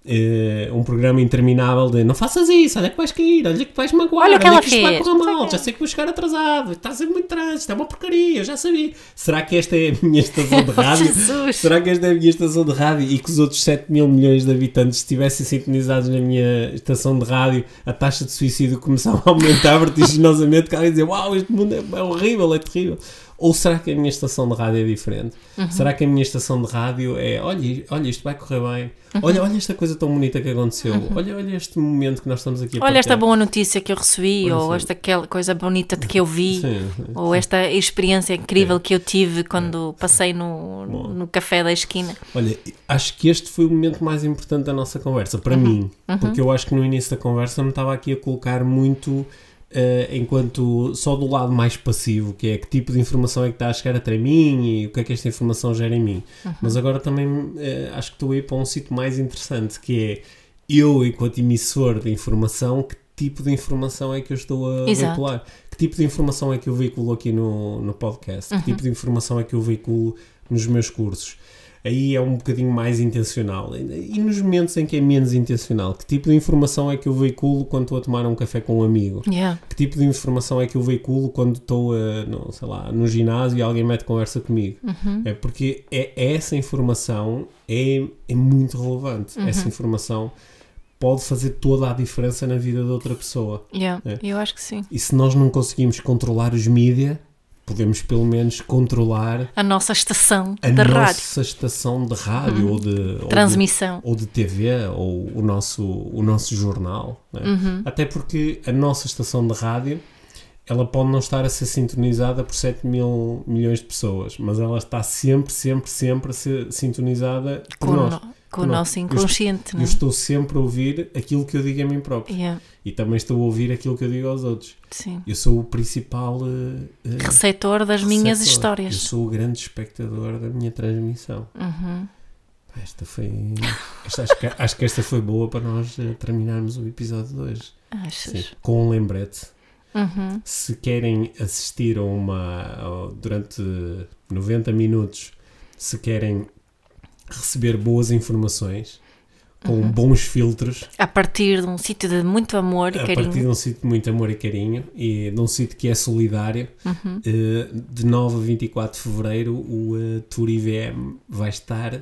uh, um programa interminável de não faças isso, olha que vais cair, olha que vais magoar, olha, que, olha ela que isto vai fez. correr mal, já sei que vou chegar atrasado, está a ser muito trânsito, isto é uma porcaria, eu já sabia. Será que esta é a minha estação de rádio? Jesus. Será que esta é a minha estação de rádio e que os outros sete mil milhões de habitantes estivessem sintonizados na minha estação de rádio, a taxa de suicídio começava a aumentar vertiginosamente, que alguém dizia, uau, este mundo é, é horrível, é terrível. Ou será que a minha estação de rádio é diferente? Uhum. Será que a minha estação de rádio é, olha, olha isto vai correr bem, uhum. olha, olha esta coisa tão bonita que aconteceu, uhum. olha, olha este momento que nós estamos aqui a olha partilhar. esta boa notícia que eu recebi, olha, ou sim. esta aquela coisa bonita de que eu vi, sim, sim, ou sim. esta experiência incrível é. que eu tive quando é. passei no, no café da esquina. Olha, acho que este foi o momento mais importante da nossa conversa, para uhum. mim, uhum. porque eu acho que no início da conversa me estava aqui a colocar muito... Uh, enquanto só do lado mais passivo, que é que tipo de informação é que está a chegar até mim e o que é que esta informação gera em mim. Uhum. Mas agora também uh, acho que estou a ir para um sítio mais interessante, que é eu, enquanto emissor de informação, que tipo de informação é que eu estou a Exato. veicular? Que tipo de informação é que eu veiculo aqui no, no podcast? Uhum. Que tipo de informação é que eu veiculo nos meus cursos? Aí é um bocadinho mais intencional. E nos momentos em que é menos intencional, que tipo de informação é que eu veiculo quando estou a tomar um café com um amigo? Yeah. Que tipo de informação é que eu veiculo quando estou a, não, sei lá, no ginásio e alguém mete conversa comigo? Uhum. É porque é, essa informação é, é muito relevante. Uhum. Essa informação pode fazer toda a diferença na vida de outra pessoa. Yeah. É. Eu acho que sim. E se nós não conseguimos controlar os mídia, podemos pelo menos controlar a nossa estação a de nossa rádio. estação de rádio, uhum. ou, de, transmissão, ou de, ou de T V, ou o nosso, o nosso jornal, né? Uhum. Até porque a nossa estação de rádio, ela pode não estar a ser sintonizada por sete mil milhões de pessoas, mas ela está sempre, sempre, sempre a ser sintonizada por com nós. No, com o nosso inconsciente. Eu, não é? eu estou sempre a ouvir aquilo que eu digo a mim próprio. Yeah. E também estou a ouvir aquilo que eu digo aos outros. Sim. Eu sou o principal uh, uh, receptor das receptor. minhas histórias. Eu sou o grande espectador da minha transmissão. Uhum. Esta foi... Esta, acho, que, acho que esta foi boa para nós uh, terminarmos o episódio de hoje. Achas? Sim, com um lembrete. Uhum. Se querem assistir a uma... durante noventa minutos, se querem receber boas informações... com uhum. bons filtros. A partir de um sítio de muito amor e a carinho. A partir de um sítio de muito amor e carinho e de um sítio que é solidário. Uhum. Uh, de nove a vinte e quatro de fevereiro o uh, Tour I V M vai estar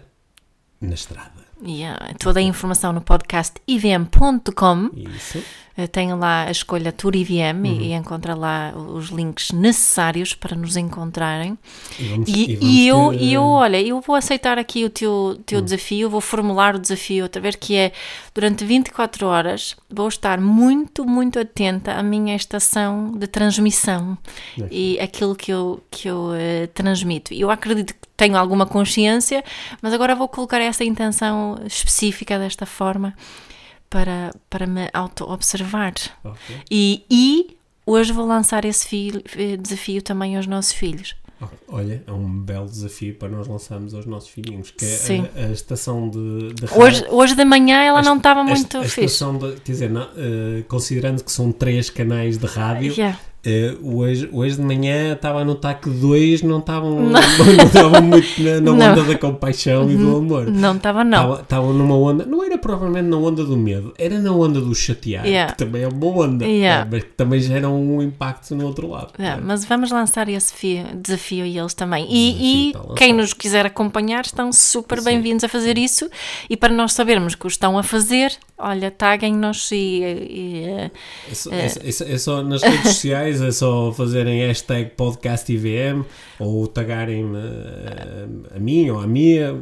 na estrada. Yeah. Toda a informação no podcast i v m ponto com. Isso. Tem lá a escolha Tour I V M uhum. e encontra lá os links necessários para nos encontrarem. E, vamos, e, e, vamos e eu, ter... eu, olha, eu vou aceitar aqui o teu, teu uhum. desafio, vou formular o desafio outra vez, que é, durante vinte e quatro horas, vou estar muito, muito atenta à minha estação de transmissão é. e aquilo que eu, que eu uh, transmito. Eu acredito que tenho alguma consciência, mas agora vou colocar essa intenção específica desta forma para, para me auto-observar. Okay. E, e hoje vou lançar esse filho, desafio também aos nossos filhos. Olha, é um belo desafio para nós lançarmos aos nossos filhinhos, que Sim. é a, a estação de, de hoje, rádio. Hoje de manhã ela a, não estava muito a, a fixe. Estação de, quer dizer, não, uh, considerando que são três canais de rádio, yeah. uh, hoje, hoje de manhã estava a notar que dois não estavam não. não estavam muito na, na onda não. da compaixão e do amor. Não estava não. Estavam numa onda, não era provavelmente na onda do medo, era na onda do chatear, yeah. que também é uma onda, yeah. é, mas que também gera um impacto no outro lado. Yeah, é. Mas vamos lançar esse fio, desafio a eles também. E, e quem nos quiser acompanhar estão super Sim. bem-vindos a fazer isso, e para nós sabermos que o estão a fazer, olha, taguem-nos e... e é, só, uh, é, é, é só nas redes sociais, é só fazem hashtag podcast I V M ou tagarem-me a, a mim ou a Mia,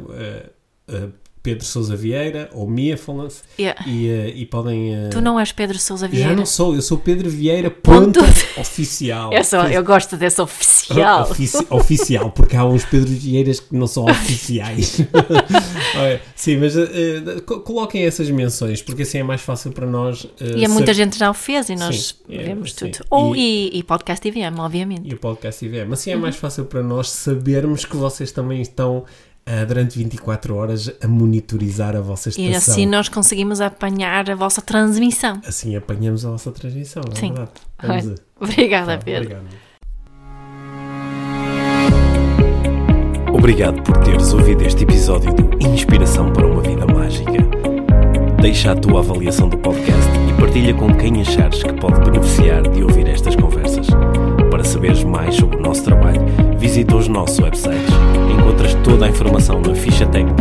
a, a Pedro Sousa Vieira ou Mia, falam-se, yeah. e, uh, e podem... Uh, tu não és Pedro Sousa Vieira? Já não sou, eu sou Pedro Vieira, ponto oficial. Eu, sou, eu gosto dessa oficial. Ofici- oficial, porque há uns Pedro Vieiras que não são oficiais. Sim, mas uh, coloquem essas menções, porque assim é mais fácil para nós... Uh, e muita ser... gente já o fez e nós sim, vemos é, tudo. Sim. Ou e, e, e podcast I V M, obviamente. E o podcast I V M. Assim é uhum. mais fácil para nós sabermos que vocês também estão... Uh, durante vinte e quatro horas a monitorizar a vossa estação. E assim nós conseguimos apanhar a vossa transmissão. Assim apanhamos a vossa transmissão, é Sim. verdade. Vamos Oi. Obrigada, tá, Pedro. Obrigado. Obrigado por teres ouvido este episódio do Inspiração para uma Vida Mágica. deixa a tua avaliação do podcast e partilha com quem achares que pode beneficiar de ouvir estas conversas. Para saberes mais sobre o nosso trabalho, visita os nossos websites. Encontras toda a informação na ficha técnica